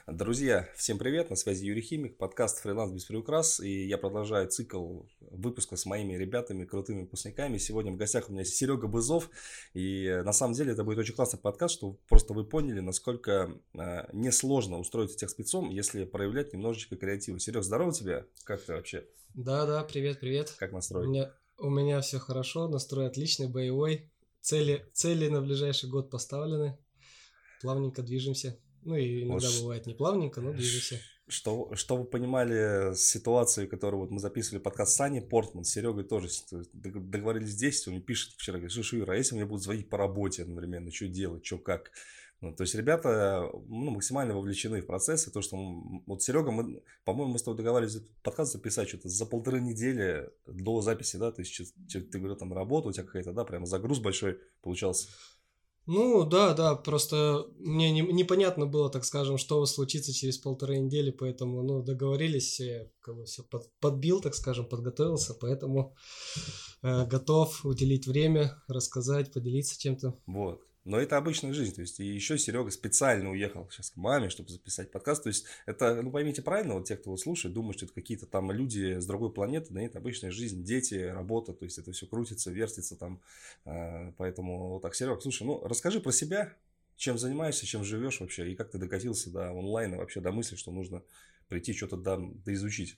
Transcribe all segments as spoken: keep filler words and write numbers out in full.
Друзья, всем привет, на связи Юрий Химик, подкаст «Фриланс без приукрас», и я продолжаю цикл выпуска с моими ребятами, крутыми выпускниками. Сегодня в гостях у меня Серега Бызов, и на самом деле это будет очень классный подкаст, чтобы просто вы поняли, насколько э, несложно устроиться техспецом, если проявлять немножечко креатива. Серег, здорово тебе, как ты вообще? Да-да, привет-привет. Как У настрой? меня, у меня все хорошо, настрой отличный, боевой. Цели, цели на ближайший год поставлены, плавненько движемся. Ну и Вот иногда ш- бывает не плавненько, но ш- движемся. Что, что вы понимали ситуацию, которую вот мы записывали подкаст с Саней Портман, с Серегой тоже то есть дог- договорились здесь, он мне пишет вчера, говорит, слушай, Юра, а если мне будут звонить по работе одновременно, что делать, что как? Ну, то есть ребята ну, максимально вовлечены в процесс, и то, что м, вот Серега, мы, по-моему, мы с тобой договаривались этот подкаст записать что-то за полторы недели до записи, да, то есть чё- чё- ты говорил, там работа у тебя какая-то, да, прям загруз большой получался. Ну да, да, просто мне не- непонятно было, так скажем, что случится через полторы недели, поэтому, ну, договорились, я как бы все подбил, так скажем, подготовился, поэтому э, готов уделить время, рассказать, поделиться чем-то. Вот. Но это обычная жизнь. То есть, и еще Серега специально уехал сейчас к маме, чтобы записать подкаст. То есть, это, ну, поймите правильно, вот те, кто его слушает, думают, что это какие-то там люди с другой планеты. Да нет, обычная жизнь, дети, работа. То есть, это все крутится, вертится там. А, Поэтому, вот так, Серег, слушай, ну, расскажи про себя, чем занимаешься, чем живешь вообще, и как ты докатился до онлайна, вообще до мысли, что нужно прийти что-то там доизучить.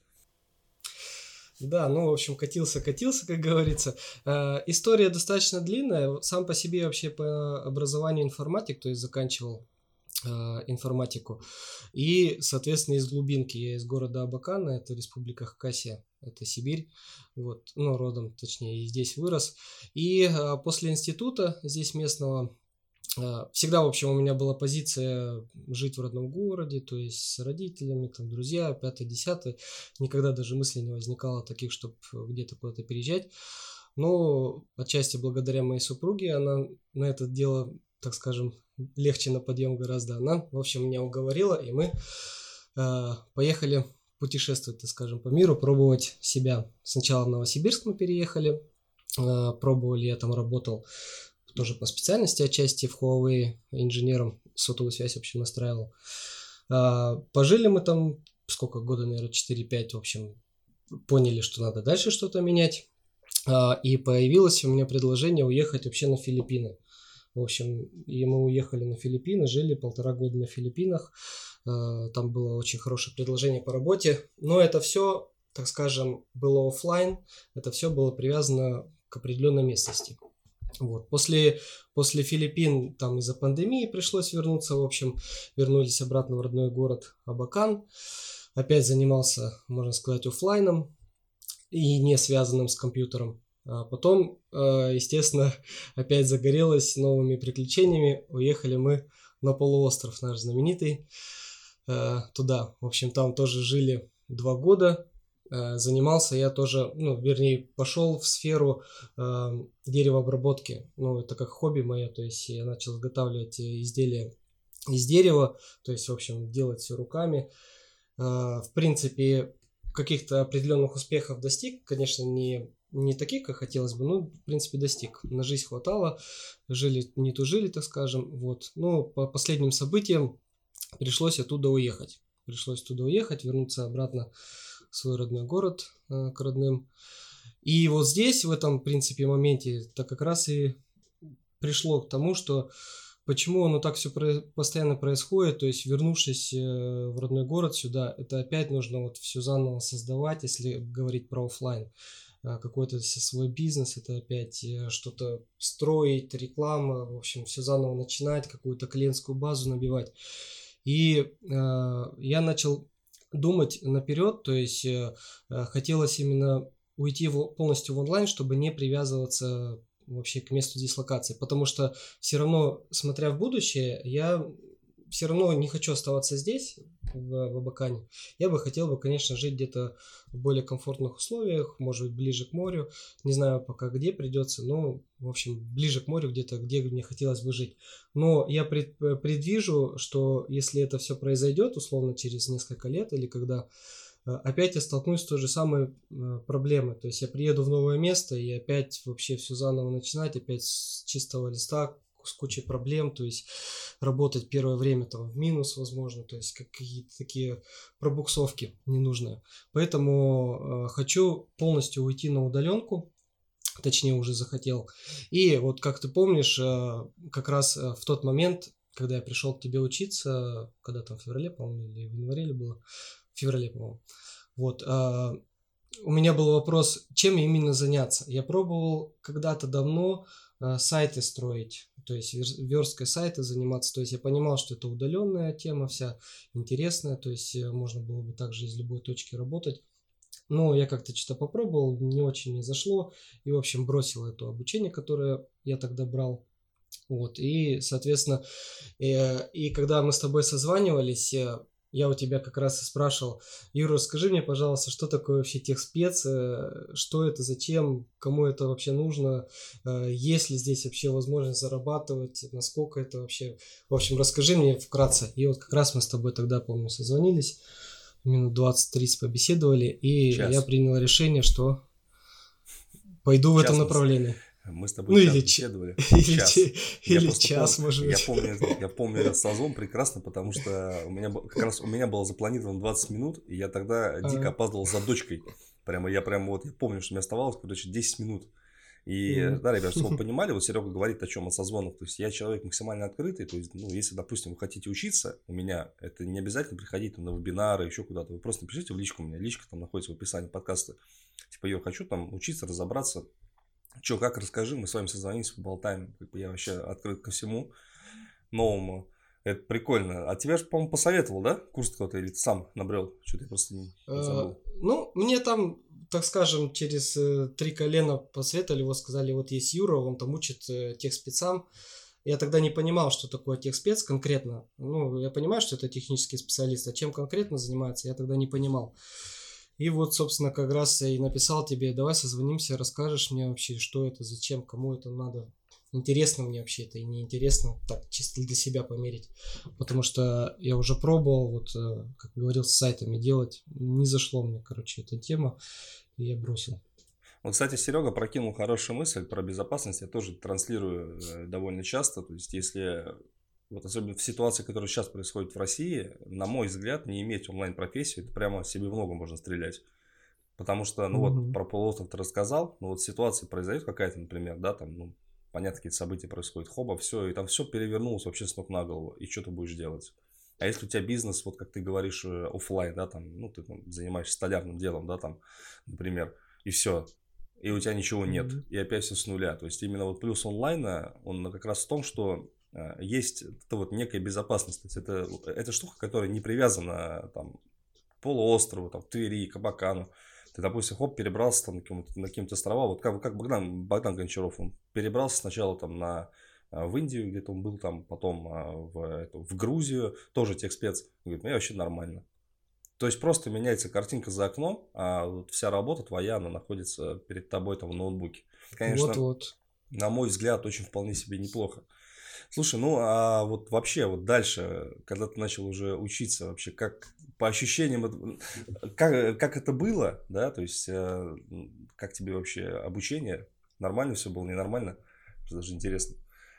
Да, ну, в общем, катился-катился, как говорится. Э, история достаточно длинная. Сам по себе вообще по образованию информатик, то есть заканчивал э, информатику. И, соответственно, из глубинки. Я из города Абакана, это республика Хакасия, это Сибирь. Вот, ну, родом, точнее, и здесь вырос. И э, после института здесь местного а, всегда, в общем, у меня была позиция жить в родном городе, то есть с родителями, там, друзья, пятое, десятое. Никогда даже мысли не возникало таких, чтобы где-то куда-то переезжать. Но отчасти благодаря моей супруге, она на это дело, так скажем, легче на подъем гораздо. Она, в общем, меня уговорила, и мы э, поехали путешествовать, так скажем, по миру, пробовать себя. Сначала в Новосибирск мы переехали, э, пробовали, я там работал тоже по специальности отчасти в Huawei инженером, сотовую связь, в общем, настраивал. А, пожили мы там, сколько, года, наверное, четыре-пять, в общем, поняли, что надо дальше что-то менять. А, и появилось у меня предложение уехать вообще на Филиппины. В общем, и мы уехали на Филиппины, жили полтора года на Филиппинах. А, там было очень хорошее предложение по работе. Но это все, так скажем, было офлайн. Это все было привязано к определенной местности. Вот. После, после Филиппин там из-за пандемии пришлось вернуться, в общем, вернулись обратно в родной город Абакан. Опять занимался, можно сказать, офлайном и не связанным с компьютером. А потом, естественно, опять загорелось новыми приключениями. Уехали мы на полуостров наш знаменитый, туда. В общем, там тоже жили два года. Занимался я тоже, ну, вернее, пошел в сферу э, деревообработки. Ну, это как хобби мое, то есть я начал изготавливать изделия из дерева, то есть, в общем, делать все руками. Э, в принципе, каких-то определенных успехов достиг, конечно, не, не таких, как хотелось бы, но, в принципе, достиг. На жизнь хватало, жили, не тужили, так скажем, вот. Ну, по последним событиям пришлось оттуда уехать. Пришлось туда уехать, вернуться обратно в свой родной город, э, к родным. И вот здесь, в этом, в принципе, моменте, так как раз и пришло к тому, что почему оно так все про- постоянно происходит, то есть вернувшись э, в родной город сюда, это опять нужно вот все заново создавать, если говорить про офлайн. Э, какой-то свой бизнес, это опять э, что-то строить, реклама, в общем, все заново начинать, какую-то клиентскую базу набивать. И э, я начал думать наперед, то есть э, э, хотелось именно уйти в, полностью в онлайн, чтобы не привязываться вообще к месту дислокации, потому что все равно, смотря в будущее, я все равно не хочу оставаться здесь, в, в Абакане. Я бы хотел бы, конечно, жить где-то в более комфортных условиях, может быть, ближе к морю. Не знаю пока где придется, но, в общем, ближе к морю где-то, где мне хотелось бы жить. Но я пред, предвижу, что если это все произойдет, условно, через несколько лет или когда опять я столкнусь с той же самой проблемой. То есть я приеду в новое место и опять вообще все заново начинать, опять с чистого листа, с кучей проблем, то есть работать первое время там в минус, возможно, то есть какие-то такие пробуксовки ненужные. Поэтому э, хочу полностью уйти на удаленку, точнее уже захотел. И вот как ты помнишь, э, как раз э, в тот момент, когда я пришел к тебе учиться, когда там в феврале, по-моему, или в январе было, в феврале, по-моему, вот, э, у меня был вопрос, чем именно заняться. Я пробовал когда-то давно э, сайты строить, то есть вер- версткой сайта заниматься. То есть я понимал, что это удаленная тема вся, интересная, то есть э, можно было бы также из любой точки работать. Но я как-то что-то попробовал, не очень мне зашло, и, в общем, бросил это обучение, которое я тогда брал. Вот, и, соответственно, э, и когда мы с тобой созванивались, э, я у тебя как раз и спрашивал: Юра, скажи мне, пожалуйста, что такое вообще техспец, э, что это, зачем, кому это вообще нужно, э, есть ли здесь вообще возможность зарабатывать, насколько это вообще... В общем, расскажи мне вкратце. И вот как раз мы с тобой тогда, помню, созвонились, минут двадцать-тридцать побеседовали, и Час. я принял решение, что пойду в Час этом мы с- направлении. Мы с тобой Ну, час или ч- беседовали. Или, Час. че- Я или просто час, пом- может я быть. помню, я помню этот созвон прекрасно, потому что у меня был- как раз у меня было запланировано двадцать минут, и я тогда дико Ага. опаздывал за дочкой. Прямо я прямо вот я помню, что мне оставалось, короче, десять минут. И Мгм. да, ребят, чтобы вы понимали, вот Серега говорит о чем, о созвонах. То есть я человек максимально открытый. То есть, ну, если, допустим, вы хотите учиться у меня, это не обязательно приходить там, на вебинары, еще куда-то. Вы просто напишите в личку, у меня личка там находится в описании подкаста. Типа, я хочу там учиться, разобраться. Че, как, расскажи, мы с вами созвонимся, поболтаем. Как бы я вообще открыт ко всему новому. Это прикольно. А тебя же, по-моему, посоветовал, да? Курс кто-то или ты сам набрел? Что-то я просто не, не Э, забыл. Ну, мне там, так скажем, через э, три колена посоветовали, вот сказали, вот есть Юра, он там учит э, техспецам. Я тогда не понимал, что такое техспец конкретно. Ну, я понимаю, что это технический специалист, а чем конкретно занимается, я тогда не понимал. И вот, собственно, как раз я и написал тебе: давай созвонимся, расскажешь мне вообще, что это, зачем, кому это надо. Интересно мне вообще это и неинтересно, так, чисто для себя померить. Потому что я уже пробовал, вот, э, как говорил, с сайтами делать. Не зашло мне, короче, эта тема, и я бросил. Вот, кстати, Серега прокинул хорошую мысль про безопасность. Я тоже транслирую э, довольно часто. То есть, если, вот особенно в ситуации, которая сейчас происходит в России, на мой взгляд, не иметь онлайн-профессию, это прямо себе в ногу можно стрелять. Потому что, ну вот, Мгм. про полуостров ты рассказал, но вот ситуация произойдет какая-то, например, да, там, ну, понятно, какие-то события происходят, хоба, все, и там все перевернулось вообще с ног на голову, и что ты будешь делать? А если у тебя бизнес, вот как ты говоришь, э, оффлайн, да, там, ну, ты там занимаешься столярным делом, да, там, например, и все, и у тебя ничего нет, Мгм. и опять все с нуля. То есть, именно вот плюс онлайна, он как раз в том, что э, есть это вот некая безопасность. То есть, это, это штука, которая не привязана там, к полуострову, там, к Твери, к Абакану. Ты, допустим, хоп, перебрался там на каким-то, на какие-то острова. Вот как, как Богдан, Богдан Гончаров, он перебрался сначала там на, а, в Индию, где-то он был, там, потом а, в, эту, в Грузию, тоже техспец. Он говорит, мне вообще нормально. То есть, просто меняется картинка за окном, а вот вся работа твоя, она находится перед тобой там в ноутбуке. Конечно, Вот-вот. на мой взгляд, очень вполне себе неплохо. Слушай, ну а вот вообще вот дальше, когда ты начал уже учиться, вообще как по ощущениям, это- как, как это было, да, то есть э, как тебе вообще обучение, нормально все было, ненормально, даже интересно.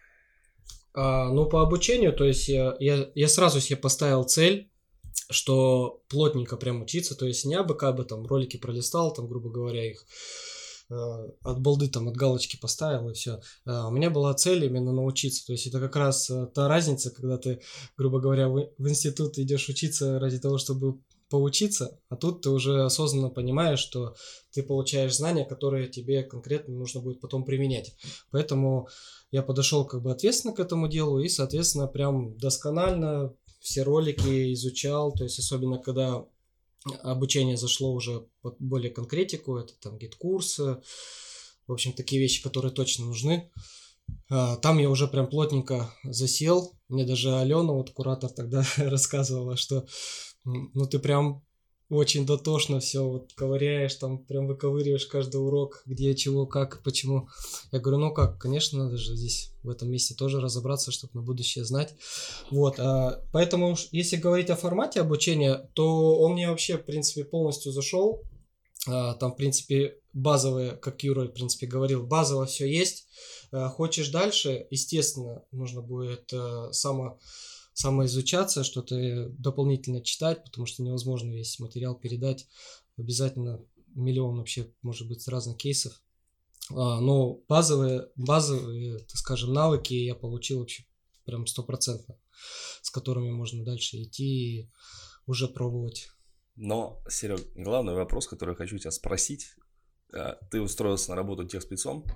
А, ну, по обучению, то есть я, я, я сразу себе поставил цель, что плотненько прям учиться, то есть не абы-кабы там ролики пролистал, там, грубо говоря, их э, от балды там, от галочки поставил и все. У меня была цель именно научиться, то есть это как раз э, та разница, когда ты, грубо говоря, в, в институт идешь учиться ради того, чтобы поучиться, а тут ты уже осознанно понимаешь, что ты получаешь знания, которые тебе конкретно нужно будет потом применять. Поэтому я подошел как бы ответственно к этому делу и, соответственно, прям досконально все ролики изучал, то есть особенно когда обучение зашло уже под более конкретику, это там гид-курсы, в общем, такие вещи, которые точно нужны. А, Там я уже прям плотненько засел. Мне даже Алена, вот куратор, тогда рассказывала, что м, ну ты прям очень дотошно все вот ковыряешь, там прям выковыриваешь каждый урок, где, чего, как, почему. Я говорю, ну как, конечно, надо же здесь в этом месте тоже разобраться, чтобы на будущее знать. Вот, а, поэтому уж если говорить о формате обучения, то он мне вообще, в принципе, полностью зашел. А, Там, в принципе, базовые, как Юра, в принципе, говорил, базово все есть. хочешь дальше, естественно, нужно будет само, самоизучаться, что-то дополнительно читать, потому что невозможно весь материал передать. Обязательно миллион вообще, может быть, разных кейсов. Но базовые, базовые, так скажем, навыки я получил вообще прям стопроцентно, с которыми можно дальше идти и уже пробовать. Но, Серег, главный вопрос, который я хочу тебя спросить. Ты устроился на работу техспецом,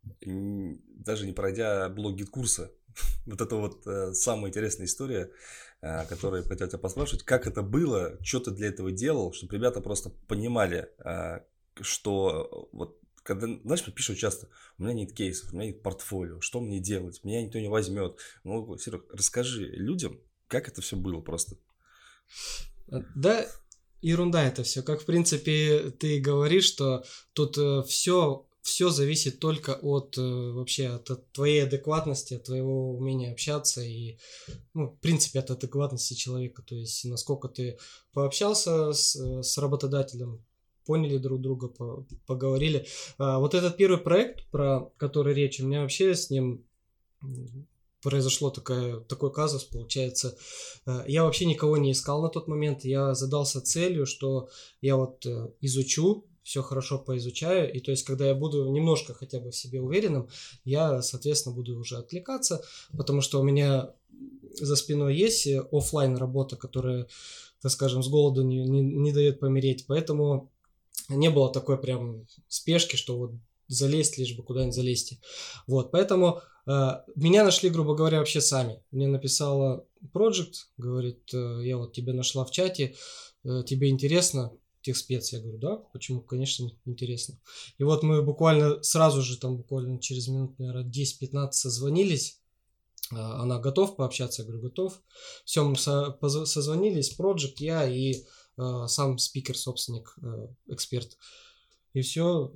даже не пройдя блок гид-курса. Вот это вот самая интересная история, которую я хотел тебя поспрашивать. Как это было, что ты для этого делал, чтобы ребята просто понимали, что вот когда, знаешь, пишут часто, у меня нет кейсов, у меня нет портфолио, что мне делать, меня никто не возьмет. Ну, Серег, расскажи людям, как это все было просто. Да, ерунда это все. Как, в принципе, ты говоришь, что тут э, все, все зависит только от э, вообще от, от твоей адекватности, от твоего умения общаться и, ну, в принципе, от адекватности человека. То есть, насколько ты пообщался с, с работодателем, поняли друг друга, по, поговорили. А, вот этот первый проект, про который речь, у меня вообще с ним произошло такая, такой казус, получается. Я вообще никого не искал на тот момент. Я задался целью, что я вот изучу, все хорошо поизучаю. И то есть, когда я буду немножко хотя бы в себе уверенным, я, соответственно, буду уже отвлекаться, потому что у меня за спиной есть офлайн работа, которая, так скажем, с голоду не, не, не дает помереть. Поэтому не было такой прям спешки, что вот залезть, лишь бы куда-нибудь залезть. Вот, поэтому э, меня нашли, грубо говоря, вообще сами. Мне написала Project, говорит, э, я вот тебя нашла в чате, э, тебе интересно техспец? Я говорю, да, почему, конечно, интересно. И вот мы буквально сразу же, там буквально через минут, наверное, десять-пятнадцать созвонились. Э, она готов пообщаться? Я говорю, готов. Все, мы со- созвонились, Project, я и э, сам спикер, собственник, э, эксперт. И все.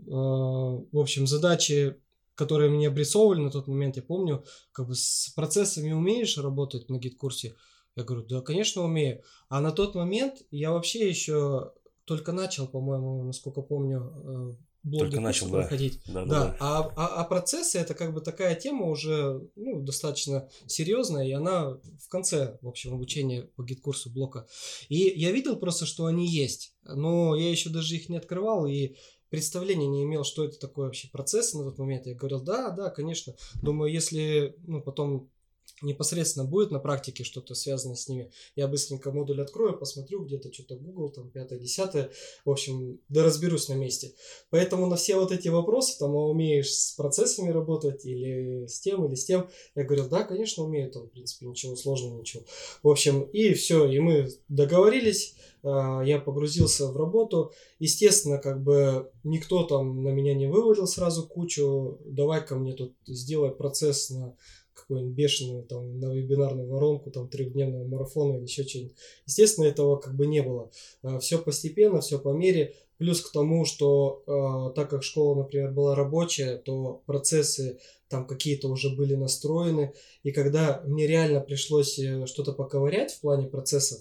В общем, задачи, которые мне обрисовывали на тот момент, я помню, как бы с процессами умеешь работать на гид-курсе? Я говорю, да, конечно, умею. А на тот момент я вообще еще только начал, по-моему, насколько помню, блок гид-курса проходить. Да, да, да. А, а, а процессы это как бы такая тема уже, ну, достаточно серьезная, и она в конце, в общем, обучения по гид-курсу блока. И я видел просто, что они есть, но я еще даже их не открывал, и представления не имел, что это такое вообще процесс на тот момент. Я говорил, да, да, конечно. Думаю, если, ну, потом непосредственно будет на практике что-то связанное с ними, я быстренько модуль открою, посмотрю где-то что-то Google, там, пятое, десятое, в общем, да разберусь на месте. Поэтому на все вот эти вопросы, там, а умеешь с процессами работать или с тем, или с тем, я говорил, да, конечно, умею, там, в принципе, ничего сложного, ничего. В общем, и все, и мы договорились, я погрузился в работу. Естественно, как бы никто там на меня не вывалил сразу кучу, давай-ка мне тут сделай процесс на какую-нибудь бешеную там на вебинарную воронку, там трехдневного марафона или еще что-нибудь. Естественно, этого как бы не было. Все постепенно, все по мере. Плюс к тому, что так как школа, например, была рабочая, то процессы там какие-то уже были настроены. И когда мне реально пришлось что-то поковырять в плане процессов,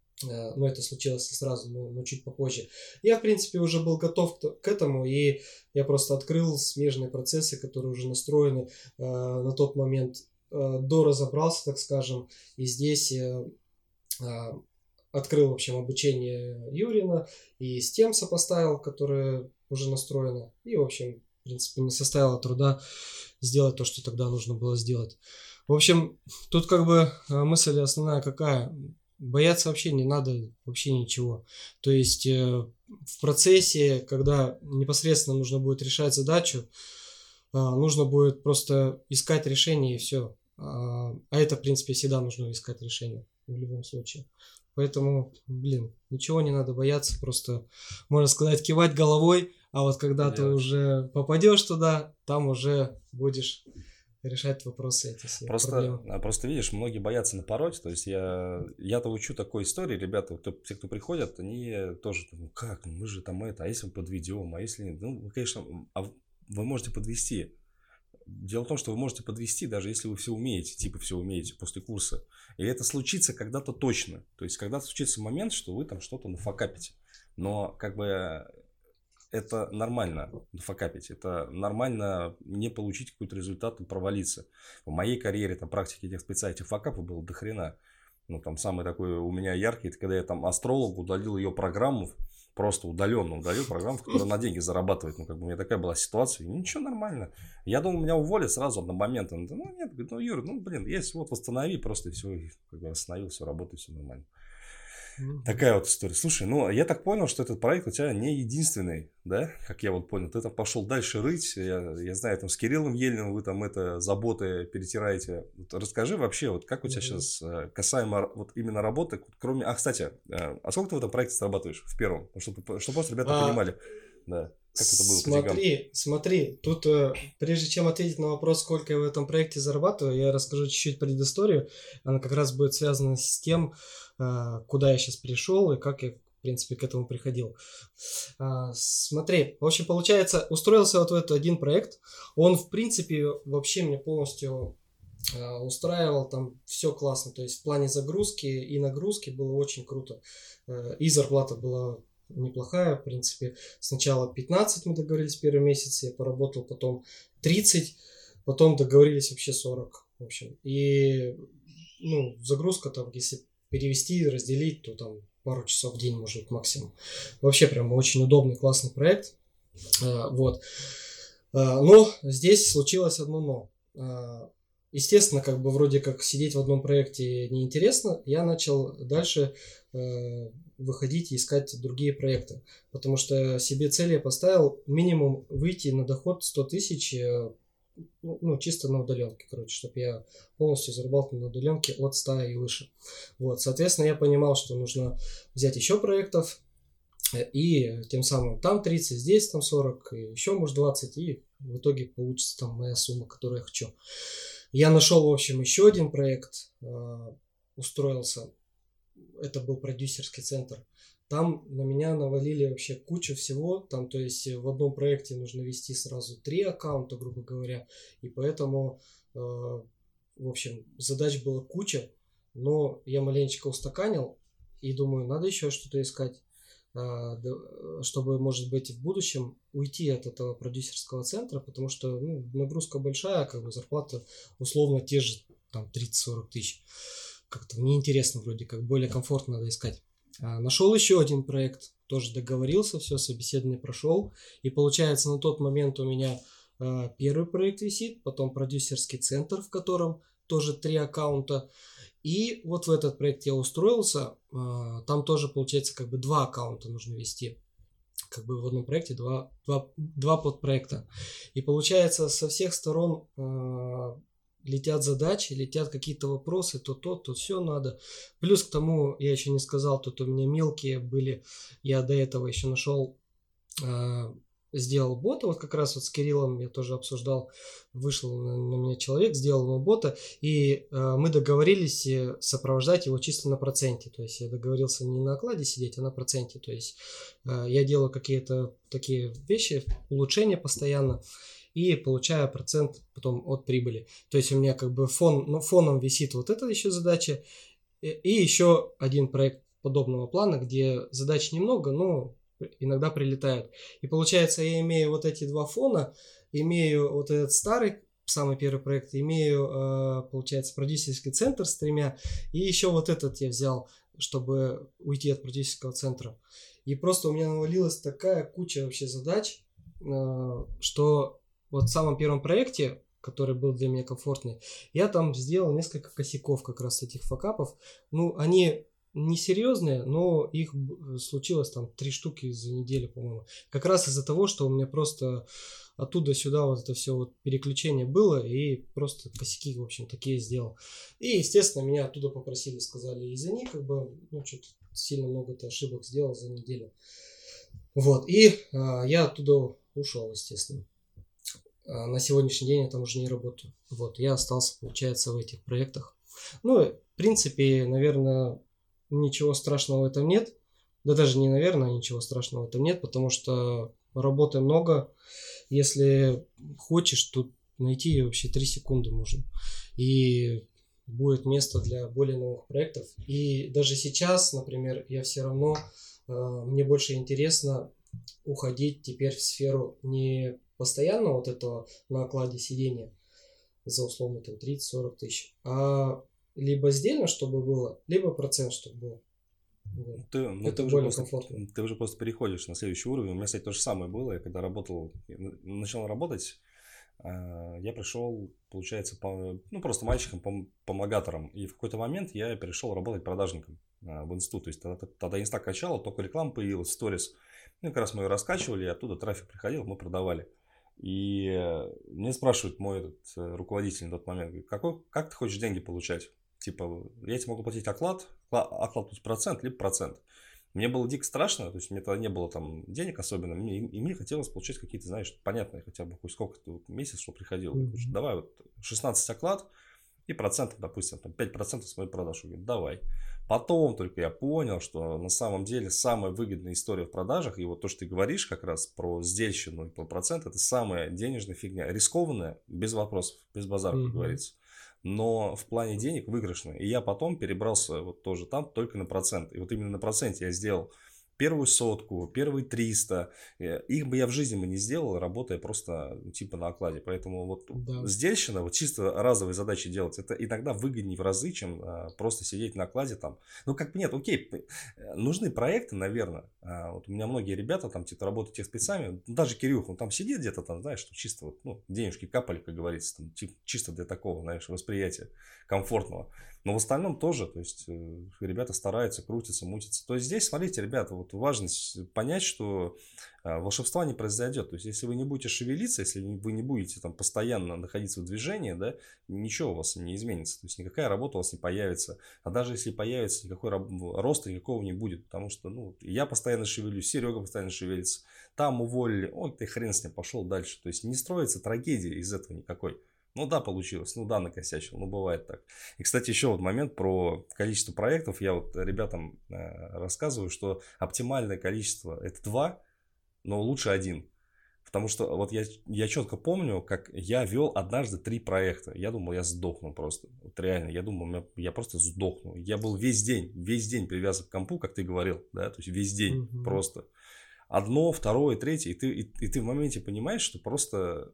но это случилось сразу, но, но чуть попозже. Я, в принципе, уже был готов к этому, и я просто открыл смежные процессы, которые уже настроены э, на тот момент, э, доразобрался, так скажем, и здесь э, э, открыл, в общем, обучение Юрина, и с тем сопоставил, которое уже настроено, и, в общем, в принципе, не составило труда сделать то, что тогда нужно было сделать. В общем, тут как бы мысль основная какая? Бояться вообще не надо, вообще ничего. То есть э, в процессе, когда непосредственно нужно будет решать задачу, э, нужно будет просто искать решение и все. А, а это, в принципе, всегда нужно искать решение в любом случае. Поэтому, блин, ничего не надо бояться, просто, можно сказать, кивать головой, а вот когда ты уже попадешь туда, там уже будешь решать вопросы эти все просто, проблемы. Просто видишь, многие боятся напороть. То есть я, я-то учу такой истории, ребята, кто, те, кто приходят, они тоже, ну как, ну мы же там это, а если мы подведем, а если нет, ну, конечно, а вы можете подвести. Дело в том, что вы можете подвести, даже если вы все умеете, типа все умеете после курса. И это случится когда-то точно. То есть когда-то случится момент, что вы там что-то нафакапите. Но как бы это нормально факапить, это нормально не получить какой-то результат и провалиться. В моей карьере, там, практике этих спеца, этих факапов было до хрена. Ну, там, самый такой у меня яркий, это когда я там астролог удалил ее программу, просто удаленно удалил программу, которая на деньги зарабатывает. Ну, как бы у меня такая была ситуация, и ничего, нормально. Я думал, меня уволят сразу одномоментно. Ну, нет, говорит, ну, Юра, ну, блин, есть, вот, восстанови, просто и все, и, как бы, восстановил, все работает, все нормально. Mm-hmm. Такая вот история. Слушай, ну, я так понял, что этот проект у тебя не единственный, да? Как я вот понял, ты там пошел дальше рыть. Я, я знаю, там с Кириллом Ельниным вы там это заботы перетираете. Вот расскажи вообще, вот как у тебя mm-hmm. сейчас касаемо вот именно работы, кроме... А, кстати, а сколько ты в этом проекте зарабатываешь в первом? Чтобы, чтобы просто ребята а... понимали, да. Как это было? Смотри, смотри, тут прежде чем ответить на вопрос, сколько я в этом проекте зарабатываю, я расскажу чуть-чуть предысторию. Она как раз будет связана с тем, куда я сейчас пришел и как я, в принципе, к этому приходил. Смотри, в общем, получается, устроился вот в этот один проект. Он, в принципе, вообще мне полностью устраивал, там все классно. То есть в плане загрузки и нагрузки было очень круто. И зарплата была неплохая, в принципе. Сначала пятнадцать мы договорились в первый месяц, я поработал, потом тридцать, потом договорились вообще сорок, в общем. И, ну, загрузка там, если перевести, разделить, то там пару часов в день, может быть, максимум. Вообще прям очень удобный, классный проект. А, вот. А, но здесь случилось одно но. А, естественно, как бы вроде как сидеть в одном проекте неинтересно, я начал дальше э, выходить и искать другие проекты, потому что себе цель я поставил минимум выйти на доход сто тысяч, э, ну, чисто на удаленке, короче, чтобы я полностью зарабатывал на удаленке от ста и выше. Вот, соответственно, я понимал, что нужно взять еще проектов, и тем самым там тридцать, здесь там сорок, и еще может двадцать, и в итоге получится там моя сумма, которую я хочу. Я нашел, в общем, еще один проект, э, устроился. Это был продюсерский центр. Там на меня навалили вообще кучу всего. Там, то есть, в одном проекте нужно вести сразу три аккаунта, грубо говоря. И поэтому, э, в общем, задач было куча. Но я маленечко устаканил и думаю, надо еще что-то искать, чтобы, может быть, в будущем уйти от этого продюсерского центра, потому что, ну, нагрузка большая, как бы зарплата условно те же там тридцать-сорок тысяч. Как-то неинтересно вроде как, более комфортно надо искать. А, нашел еще один проект, тоже договорился, все, собеседование прошел. И получается, на тот момент у меня а, первый проект висит, потом продюсерский центр, в котором тоже три аккаунта. И вот в этот проект я устроился, там тоже получается как бы два аккаунта нужно вести, как бы в одном проекте два, два, два подпроекта. И получается со всех сторон э, летят задачи, летят какие-то вопросы, то то, то все надо. Плюс к тому, я еще не сказал, тут у меня мелкие были, я до этого еще нашел... Э, сделал бота, вот как раз вот с Кириллом я тоже обсуждал, вышел на, на меня человек, сделал ему бота, и э, мы договорились сопровождать его чисто на проценте, то есть я договорился не на окладе сидеть, а на проценте, то есть э, я делаю какие-то такие вещи, улучшения постоянно, и получаю процент потом от прибыли, то есть у меня как бы фон, ну, фоном висит вот эта еще задача, и, и еще один проект подобного плана, где задач немного, но иногда прилетают. И получается, я имею вот эти два фона, имею вот этот старый, самый первый проект, имею, получается, продюсерский центр с тремя, и еще вот этот я взял, чтобы уйти от продюсерского центра. И просто у меня навалилась такая куча вообще задач, что вот в самом первом проекте, который был для меня комфортный, я там сделал несколько косяков как раз этих факапов. Ну, они... несерьезные, но их случилось там три штуки за неделю, по-моему. Как раз из-за того, что у меня просто оттуда сюда вот это все вот переключение было, и просто косяки, в общем, такие сделал. И, естественно, меня оттуда попросили, сказали, извини, как бы, ну, что-то сильно много ты ошибок сделал за неделю. Вот, и а, я оттуда ушел, естественно. А, на сегодняшний день я там уже не работаю. Вот, я остался, получается, в этих проектах. Ну, в принципе, наверное, ничего страшного в этом нет. Да даже не, наверное, ничего страшного в этом нет, потому что работы много. Если хочешь, тут найти ее вообще три секунды можно. И будет место для более новых проектов. И даже сейчас, например, я все равно, э, мне больше интересно уходить теперь в сферу не постоянно вот этого на окладе сидения за условно там тридцать-сорок тысяч, а либо сдельно, чтобы было, либо процент, чтобы был. Вот. Ты, ну, Это ты, уже более просто, комфортно. ты уже просто переходишь на следующий уровень. У меня, кстати, то же самое было. Я когда работал, начал работать, я пришел, получается, по, ну, просто мальчиком, помогатором. И в какой-то момент я перешел работать продажником в институт. То есть тогда, тогда инста качала, только реклама появилась, сторис. Ну, как раз мы ее раскачивали, и оттуда трафик приходил, мы продавали. И мне спрашивает мой этот руководитель на тот момент, какой, как ты хочешь деньги получать? Типа, я тебе могу платить оклад, оклад плюс процент, либо процент. Мне было дико страшно, то есть мне тогда не было там денег особенно, мне, и мне хотелось получать какие-то, знаешь, понятные хотя бы хоть сколько-то вот месяц, что приходило. Mm-hmm. Говорю, давай вот шестнадцать оклад и процентов, допустим, там пять процентов с моей продажи. Говорю, давай. Потом только я понял, что на самом деле самая выгодная история в продажах, и вот то, что ты говоришь как раз про сдельщину и про процент, это самая денежная фигня. Рискованная, без вопросов, без базара, как mm-hmm. говорится. Но в плане денег выигрышно. И я потом перебрался вот тоже там только на процент. И вот именно на проценте я сделал первую сотку, первые триста. Их бы я в жизни бы не сделал, работая просто типа на окладе. Поэтому вот да. Сдельщина, вот чисто разовые задачи делать, это иногда выгоднее в разы, чем а, просто сидеть на окладе там. Ну как бы нет, окей, нужны проекты, наверное. А, вот у меня многие ребята там типа работают техспецами, даже Кирюх, он там сидит где-то там, знаешь, что чисто вот, ну, денежки капали, как говорится, там, типа, чисто для такого, знаешь, восприятия комфортного. Но в остальном тоже, то есть ребята стараются, крутятся, мутятся. То есть здесь, смотрите, ребята, вот важность понять, что волшебства не произойдет. То есть если вы не будете шевелиться, если вы не будете там постоянно находиться в движении, да, ничего у вас не изменится. То есть никакая работа у вас не появится. А даже если появится, никакой роста никакого не будет. Потому что, ну, я постоянно шевелюсь, Серега постоянно шевелится. Там уволили, ой, ты хрен с ним, пошел дальше. То есть не строится трагедия из этого никакой. Ну да, получилось, ну да, накосячил, ну бывает так. И, кстати, еще вот момент про количество проектов. Я вот ребятам э, рассказываю, что оптимальное количество это два, но лучше один. Потому что вот я, я четко помню, как я вел однажды три проекта. Я думал, я сдохну просто. Вот реально, я думал, я просто сдохну. Я был весь день, весь день привязан к компу, как ты говорил, да, то есть весь день mm-hmm. просто. Одно, второе, третье, и ты, и, и ты в моменте понимаешь, что просто...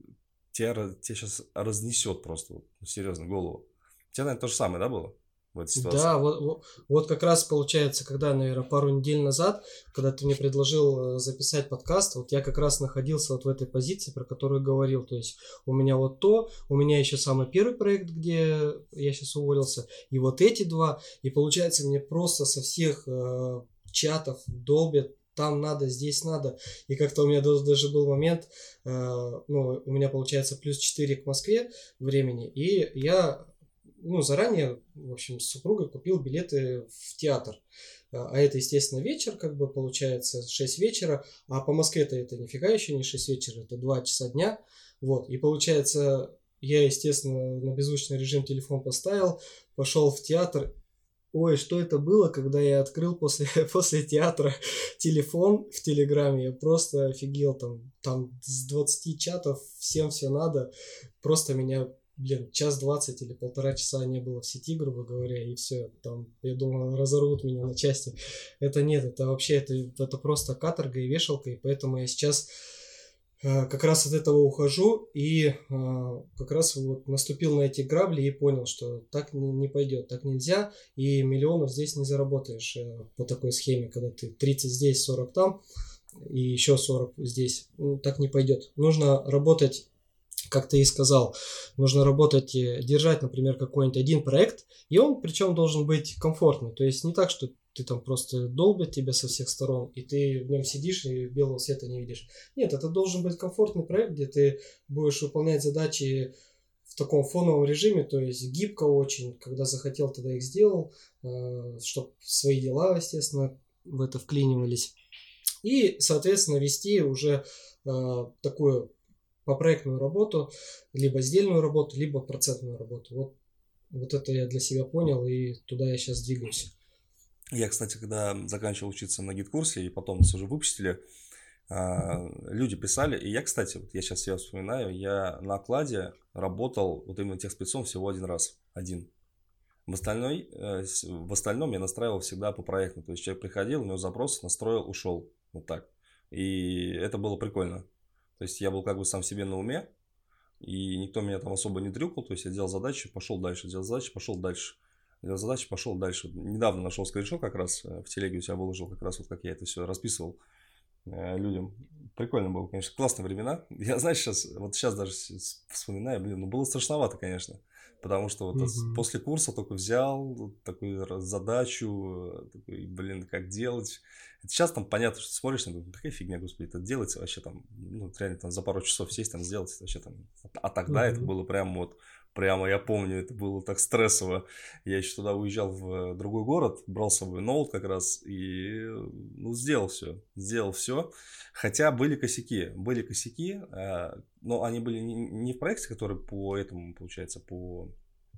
Тебя, тебя сейчас разнесет просто, вот, серьезно, голову. У тебя, наверное, то же самое, да, было в этой ситуации? Да, вот, вот, вот как раз получается, когда, наверное, пару недель назад, когда ты мне предложил записать подкаст, вот я как раз находился вот в этой позиции, про которую говорил. То есть у меня вот то, у меня еще самый первый проект, где я сейчас уволился, и вот эти два. И получается, мне просто со всех э, чатов долбят. Там надо, здесь надо. И как-то у меня даже был момент, э, ну, у меня получается плюс четыре к Москве времени, и я, ну, заранее, в общем, с супругой купил билеты в театр. А это, естественно, вечер, как бы, получается, шесть вечера, а по Москве-то это нифига еще не шесть вечера, это два часа дня. Вот, и получается, я, естественно, на беззвучный режим телефон поставил, пошел в театр. Ой, что это было, когда я открыл после, после театра телефон в Телеграме, я просто офигел, там, там с двадцати чатов всем все надо, просто меня, блин, час двадцать или полтора часа не было в сети, грубо говоря, и все, там, я думал, разорвут меня на части. Это нет, это вообще, это, это просто каторга и вешалка, и поэтому я сейчас... как раз от этого ухожу и как раз вот наступил на эти грабли и понял, что так не, не пойдет, так нельзя, и миллионов здесь не заработаешь по такой схеме, когда ты тридцать здесь, сорок там и еще сорок здесь. Ну, так не пойдет. Нужно работать, как ты и сказал, нужно работать, держать, например, какой-нибудь один проект, и он причем должен быть комфортный, то есть не так, что ты там просто долбят тебя со всех сторон, и ты в нем сидишь и белого света не видишь. Нет, это должен быть комфортный проект, где ты будешь выполнять задачи в таком фоновом режиме, то есть гибко очень, когда захотел, тогда их сделал, чтобы свои дела, естественно, в это вклинивались. И, соответственно, вести уже такую попроектную работу, либо сдельную работу, либо процентную работу. Вот, вот это я для себя понял, и туда я сейчас двигаюсь. Я, кстати, когда заканчивал учиться на гид-курсе, и потом нас уже выпустили, люди писали, и я, кстати, вот я сейчас себя вспоминаю, я на окладе работал вот именно техспецом всего один раз, один. В, остальной, в остальном я настраивал всегда по проекту, то есть человек приходил, у него запрос, настроил, ушел, вот так. И это было прикольно. То есть я был как бы сам себе на уме, и никто меня там особо не дрюкал. То есть я делал задачи, пошел дальше, делал задачи, пошел дальше. Делал задачи, пошел дальше. Недавно нашел скриншот как раз, в телеге у себя выложил, как раз вот как я это все расписывал людям. Прикольно было, конечно, классные времена. Я, знаешь, сейчас, вот сейчас даже вспоминаю, блин, ну было страшновато, конечно. Потому что вот mm-hmm. после курса только взял такую задачу, такой, блин, как делать. Это сейчас там понятно, что смотришь, ну, какая фигня, господи, это делается вообще там, ну, реально там за пару часов сесть там сделать, это вообще там. А тогда mm-hmm. это было прям вот, прямо я помню, это было так стрессово. Я еще туда уезжал в другой город, брал с собой ноут как раз и, ну, сделал все, сделал все. Хотя были косяки, были косяки, но они были не в проекте, который по этому, получается, по,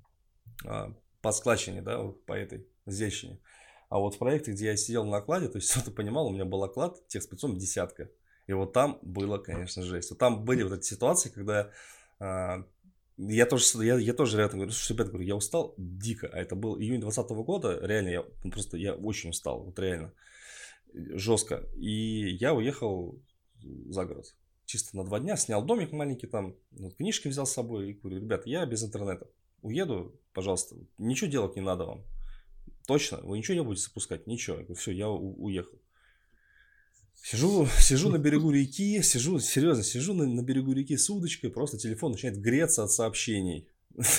по складчине, да, по этой здещине. А вот в проекте, где я сидел на окладе, то есть, ты понимал, у меня был оклад техспецом десятка. И вот там было, конечно, жесть. Вот там были вот эти ситуации, когда я тоже, я, я тоже рядом говорю, что, ребята, говорю, я устал дико. А это был июнь двадцатого года, реально, я ну, просто, я очень устал, вот реально, жестко. И я уехал за город. Чисто на два дня, снял домик маленький там, вот, книжки взял с собой и говорю, ребята, я без интернета. Уеду, пожалуйста, ничего делать не надо вам. Точно, вы ничего не будете запускать, ничего. Я говорю, все, я у- уехал. Сижу, сижу на берегу реки, сижу, серьезно, сижу на, на берегу реки с удочкой, просто телефон начинает греться от сообщений.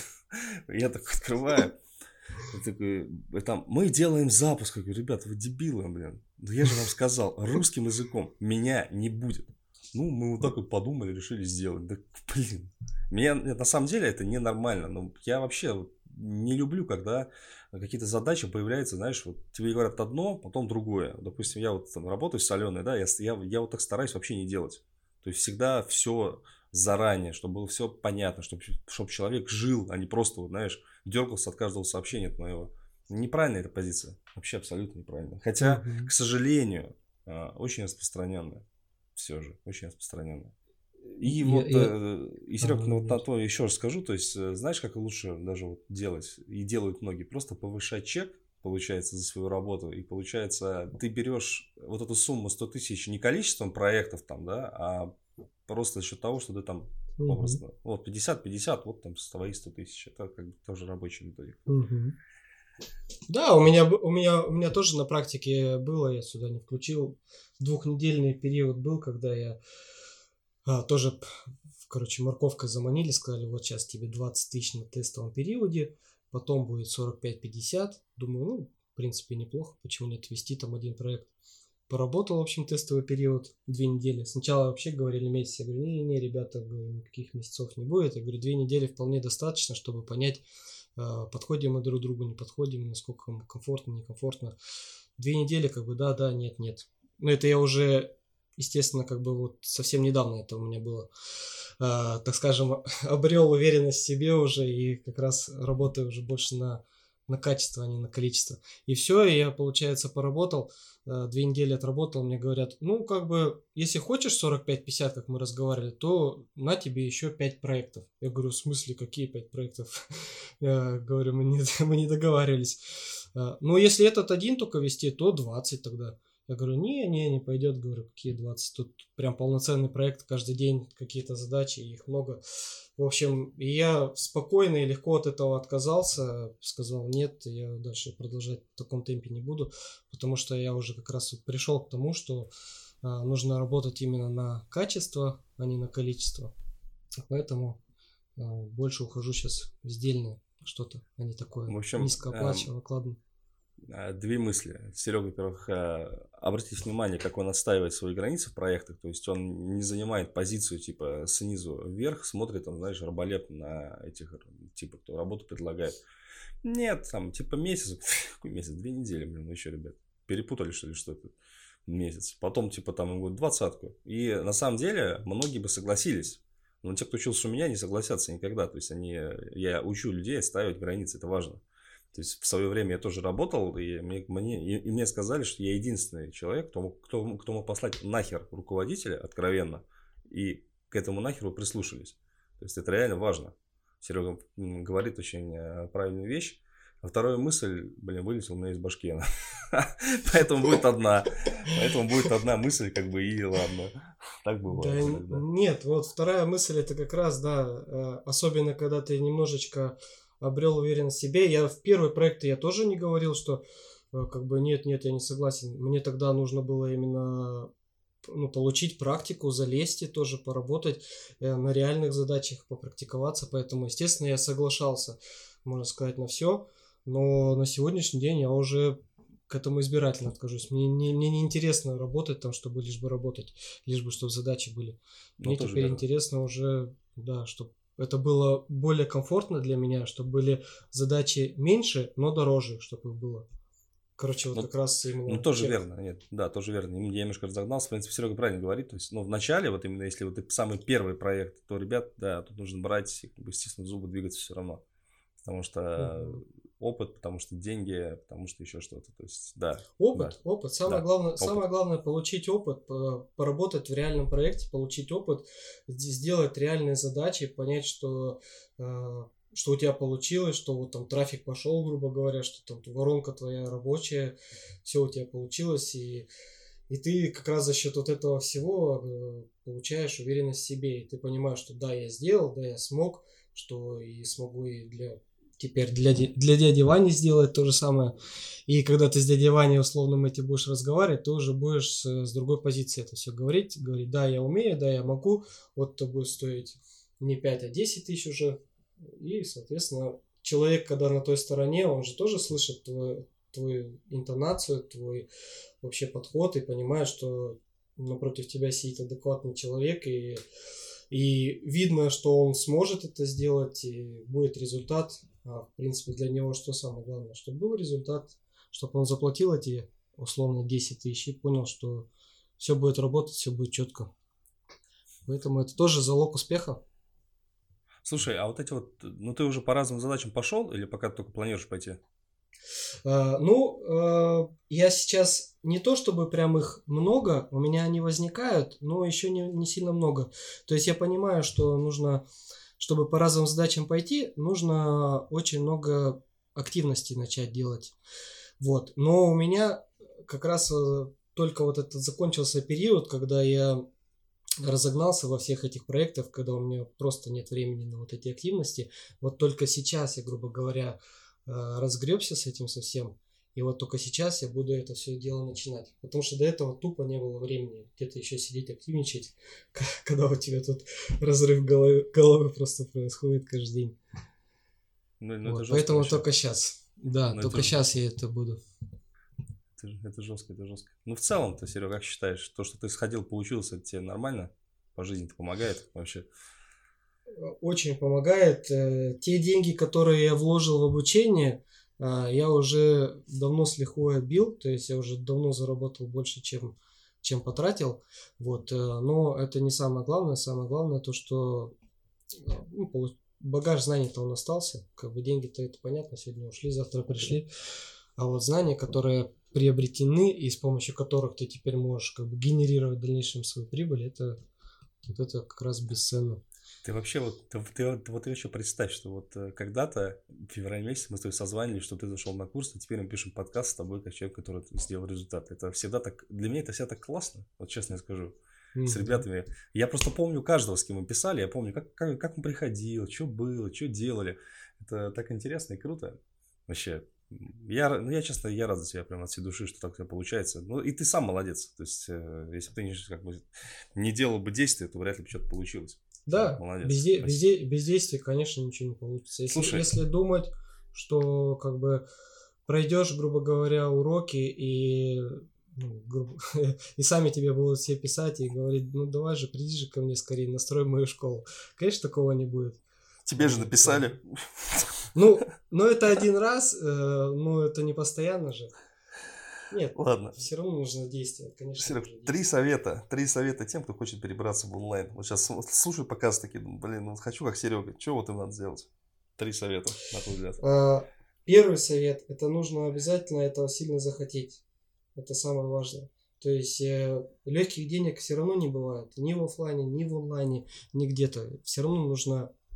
Я так открываю. Такой, там, мы делаем запуск. Я говорю, ребята, вы дебилы, блин. Да я же вам сказал, русским языком меня не будет. Ну, мы вот так вот подумали, решили сделать. Да, блин. Меня, на самом деле, это ненормально. Но я вообще не люблю, когда какие-то задачи появляются, знаешь, вот тебе говорят одно, потом другое. Допустим, я вот там работаю с соленой, да, я, я, я вот так стараюсь вообще не делать. То есть всегда все заранее, чтобы было все понятно, чтобы, чтобы человек жил, а не просто, вот, знаешь, дергался от каждого сообщения от моего. Неправильная эта позиция. Вообще абсолютно неправильно. Хотя, mm-hmm. к сожалению, очень распространенная. Все же, очень распространенная. И я, вот, я... и, Серег, а, ну, вот на то еще раз скажу, то есть, знаешь, как лучше даже вот делать, и делают многие, просто повышать чек, получается, за свою работу, и получается, ты берешь вот эту сумму сто тысяч не количеством проектов там, да, а просто за счет того, что ты там, угу. образно, вот пятьдесят пятьдесят, вот там твои сто тысяч, это как бы тоже рабочий методик. Угу. Да, у меня, у, меня, у меня тоже на практике было, я сюда не включил, двухнедельный период был, когда я а, тоже, короче, морковкой заманили, сказали, вот сейчас тебе двадцать тысяч на тестовом периоде, потом будет сорок пять пятьдесят, думаю, ну, в принципе, неплохо, почему нет, вести там один проект. Поработал, в общем, тестовый период две недели. Сначала вообще говорили месяц, я говорю, не-не-не, ребята, говорю, никаких месяцев не будет, я говорю, две недели вполне достаточно, чтобы понять, подходим мы друг к другу, не подходим, насколько комфортно, некомфортно. Две недели, как бы, да, да, нет, нет. Но это я уже, естественно, как бы вот совсем недавно это у меня было, а, так скажем, обрел уверенность в себе уже и как раз работаю уже больше на, на качество, а не на количество. И все, и я, получается, поработал, две недели отработал, мне говорят, ну, как бы, если хочешь сорок пять пятьдесят, как мы разговаривали, то на тебе еще пять проектов. Я говорю, в смысле, какие пять проектов? Я говорю, мы не, мы не договаривались. Ну, если этот один только вести, то двадцать тогда. Я говорю, не-не, не пойдет, говорю, какие двадцать. Тут прям полноценный проект, каждый день какие-то задачи, их много. В общем, я спокойно и легко от этого отказался, сказал, нет, я дальше продолжать в таком темпе не буду, потому что я уже как раз пришел к тому, что а, нужно работать именно на качество, а не на количество. Поэтому а, больше ухожу сейчас в сдельное что-то, а не такое низкооплачиваемое, кладно. Две мысли. Серега, во-первых, обратите внимание, как он отстаивает свои границы в проектах. То есть он не занимает позицию типа снизу вверх, смотрит, там, знаешь, раболепно на этих, типа, кто работу предлагает. Нет, там, типа месяц. Какой месяц? Две недели, блин, ну еще, ребят. Перепутали, что ли, что-то? Месяц. Потом, типа, там, говорят, двадцатку. И на самом деле, многие бы согласились. Но те, кто учился у меня, не согласятся никогда. То есть они, я учу людей ставить границы, это важно. То есть в свое время я тоже работал, и мне, мне, и, и мне сказали, что я единственный человек, кто мог, кто, кто мог послать нахер руководителя откровенно, и к этому нахеру прислушались. То есть это реально важно. Серега говорит очень правильную вещь, А вторая мысль, блин, вылетела у меня из башки. Поэтому будет одна. Поэтому будет одна мысль, как бы, и ладно. Так бывает Да иногда. нет, вот вторая мысль это как раз, да, особенно когда ты немножечко обрел уверенность в себе. Я в первый проект я тоже не говорил, что как бы нет, нет, я не согласен. Мне тогда нужно было именно ну, получить практику, залезть и тоже поработать э, на реальных задачах, попрактиковаться. Поэтому, естественно, я соглашался, можно сказать, на все. Но на сегодняшний день я уже к этому избирательно откажусь. Мне не, мне не интересно работать там, чтобы лишь бы работать, лишь бы чтобы задачи были. Ну, Мне тоже теперь верно. интересно уже, да, чтобы это было более комфортно для меня, чтобы были задачи меньше, но дороже, чтобы их было. Короче, вот Ну, как раз именно Ну, тоже чек. верно, нет, да, тоже верно. Я немножко разогнался, в принципе, Серега правильно говорит. То есть, ну, в начале, вот именно если вот это самый первый проект, то, ребят, да, тут нужно брать, как бы, естественно, зубы двигаться все равно. Потому что Мгм. опыт, потому что деньги, потому что еще что-то. То есть, да, Опыт, да, опыт. Самое да, главное, опыт. самое главное получить опыт, по- поработать в реальном проекте, получить опыт, сд- сделать реальные задачи, понять, что, э, что у тебя получилось, что вот там трафик пошел, грубо говоря, что там воронка твоя рабочая, все у тебя получилось, и, и ты как раз за счет вот этого всего э, получаешь уверенность в себе, и ты понимаешь, что да, я сделал, да, я смог, что и смогу и для теперь для, ди- для дяди Вани сделать то же самое. И когда ты с дядей Ваней условным этим будешь разговаривать, ты уже будешь с, с другой позиции это все говорить. Говорить, да, я умею, да, я могу. Вот это будет стоить не пять, а десять тысяч уже. И, соответственно, человек, когда на той стороне, он же тоже слышит твою, твою интонацию, твой вообще подход и понимает, что напротив тебя сидит адекватный человек, и, и видно, что он сможет это сделать, и будет результат. А, в принципе, для него что самое главное? Чтобы был результат, чтобы он заплатил эти условно десять тысяч и понял, что все будет работать, все будет четко. Поэтому это тоже залог успеха. Слушай, а вот эти вот, ну, ты уже по разным задачам пошел или пока только планируешь пойти? А, ну, а, я сейчас не то чтобы прям их много, у меня они возникают, но еще не, не сильно много. То есть я понимаю, что нужно, чтобы по разным задачам пойти, нужно очень много активностей начать делать. Вот. Но у меня как раз э, только вот этот закончился период, когда я разогнался во всех этих проектах, когда у меня просто нет времени на вот эти активности. Вот только сейчас я, грубо говоря, э, разгребся с этим совсем. И вот только сейчас я буду это все дело начинать. Потому что до этого тупо не было времени где-то еще сидеть, активничать, когда у тебя тут разрыв головы, головы просто происходит каждый день. Ну, ну это Вот, жестко поэтому вообще. только сейчас. Да, Ну, только это, сейчас я это буду. это, это жестко, это жестко. Ну, в целом-то, Серега, как считаешь, то, что ты сходил, получился, это тебе нормально? По жизни-то помогает вообще? Очень помогает. Э, Те деньги, которые я вложил в обучение, а, я уже давно с лихвой отбил, то есть я уже давно заработал больше, чем, чем потратил. Вот. э, Но это не самое главное. Самое главное то, что э, ну, полу- багаж знаний-то он остался. Как бы деньги-то это понятно, сегодня ушли, завтра пришли. А вот знания, которые приобретены и с помощью которых ты теперь можешь как бы генерировать в дальнейшем свою прибыль, это вот это как раз бесценно. Ты вообще вот, ты, ты вот, вот еще представь, что вот э, когда-то в феврале месяце мы с тобой созванивались, что ты зашел на курс, и теперь мы пишем подкаст с тобой, как человек, который сделал результат. Это всегда так, для меня это всегда так классно, вот честно я скажу, с Мгм. ребятами. Я просто помню каждого, с кем мы писали, я помню, как, как, как он приходил, что было, что делали. Это так интересно и круто. Вообще, я, ну, я, честно, я рад за тебя прям от всей души, что так у тебя получается. Ну, и ты сам молодец. То есть, э, если бы ты не, как бы, не делал бы действия, то вряд ли бы что-то получилось. Да, Молодец. без, де- без, Спасибо. де- без действий, конечно, ничего не получится. Если, Слушай, если думать, что как бы пройдешь, грубо говоря, уроки и, ну, грубо- и сами тебе будут все писать и говорить, ну давай же, приди же ко мне скорее, настрой мою школу. Конечно, такого не будет. тебе же Вот. написали. Ну, но это один раз, э, но это не постоянно же. Нет, Ладно. все равно нужно действовать, конечно, Серег, нужно три действовать. совета. Три совета тем, кто хочет перебраться в онлайн. Вот сейчас слушаю показ такие, думаю, блин, ну хочу как Серега. Что вот им надо сделать? Три совета, на твой взгляд. А, Первый совет, это нужно обязательно этого сильно захотеть. Это самое важное. То есть э, легких денег все равно не бывает. Ни в оффлайне, ни в онлайне, ни где-то. Все равно нужно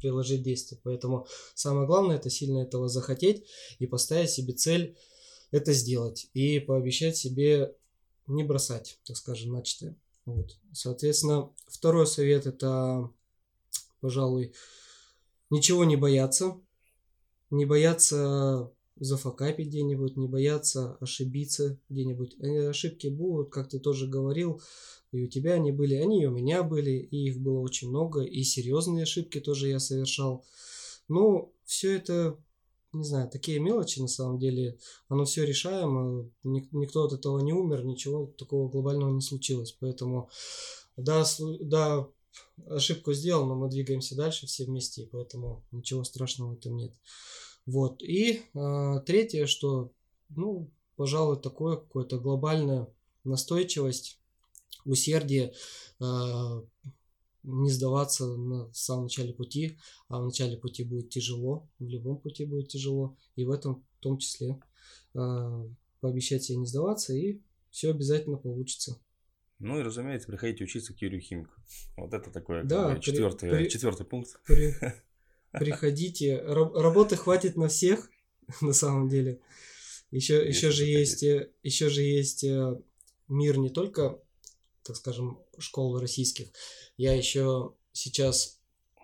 приложить действие. Поэтому самое главное это сильно этого захотеть и поставить себе цель это сделать. И пообещать себе не бросать, так скажем, начатое. Вот. Соответственно, второй совет это, пожалуй, ничего не бояться. Не бояться зафакапить где-нибудь, не бояться ошибиться где-нибудь. Ошибки будут, как ты тоже говорил, и у тебя они были, они и у меня были, и их было очень много, и серьезные ошибки тоже я совершал. Но все это, не знаю, такие мелочи на самом деле, оно все решаемо, никто от этого не умер, ничего такого глобального не случилось. Поэтому, да, да, ошибку сделал, но мы двигаемся дальше все вместе, поэтому ничего страшного в этом нет. Вот. И э, третье, что, ну, пожалуй, такое какое-то глобальная настойчивость, усердие, э, не сдаваться на самом начале пути, а в начале пути будет тяжело, в любом пути будет тяжело, и в этом в том числе э, пообещать себе не сдаваться, и все обязательно получится. Ну и, разумеется, приходите учиться к Юрию Химику. Вот это такой да, четвертый, при, четвертый пункт. При, приходите. Работы хватит на всех, на самом деле. Еще, еще, же есть, еще же есть мир не только, так скажем, школ российских. Я еще сейчас,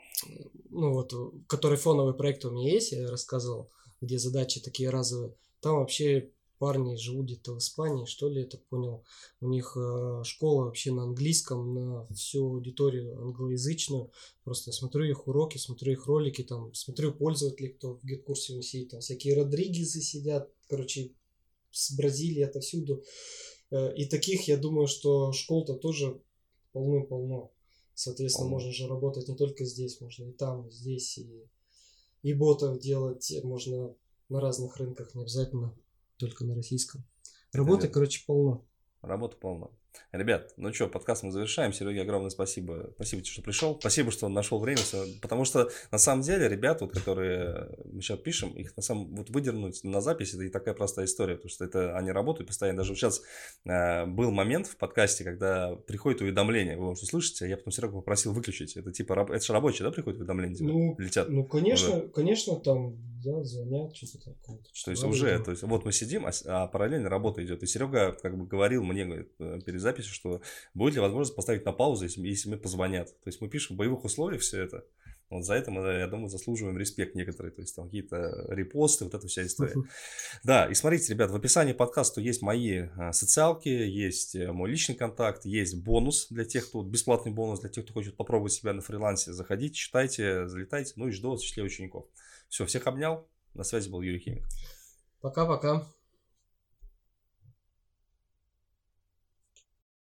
ну вот, который фоновый проект у меня есть, я рассказывал, где задачи такие разовые. Там вообще парни живут где-то в Испании, что ли, я так понял. У них э, школа вообще на английском, на всю аудиторию англоязычную. Просто я смотрю их уроки, смотрю их ролики, там, смотрю пользователей, кто в гид-курсе у них сидит. Там всякие Родригесы сидят, короче, с Бразилии, отовсюду. Э, и таких, я думаю, что школ-то тоже полно-полно. Соответственно, полно. Можно же работать не только здесь, можно и там, и здесь, и, и ботов делать можно на разных рынках, не обязательно только на российском. Работы, Это короче, полно. Работы полно. Ребят, ну что, подкаст мы завершаем. Сереге огромное спасибо. Спасибо тебе, что пришел. Спасибо, что он нашел время. Потому что, на самом деле, ребята, вот, которые мы сейчас пишем, их на самом вот выдернуть на запись, это и такая простая история. Потому что это они работают постоянно. Даже сейчас э, был момент в подкасте, когда приходит уведомление. Вы можете слышите, а я потом Серегу попросил выключить. Это типа, это же рабочие, да, приходят уведомления? Ну, летят? Ну, конечно, уже. конечно, там, да, звонят, что-то такое. То есть уже, то есть вот мы сидим, а, а параллельно работа идет. И Серега как бы говорил мне, говорит, перед записью, что будет ли возможность поставить на паузу, если, если мне позвонят. То есть мы пишем в боевых условиях все это. Вот за это мы, я думаю, заслуживаем респект некоторые. То есть там какие-то репосты, вот эта вся история. Uh-huh. Да, и смотрите, ребят, в описании подкаста есть мои социалки, есть мой личный контакт, есть бонус для тех, кто, бесплатный бонус для тех, кто хочет попробовать себя на фрилансе. Заходите, читайте, залетайте, ну и жду от учителей учеников. Все, всех обнял. На связи был Юрий Химик. Пока-пока.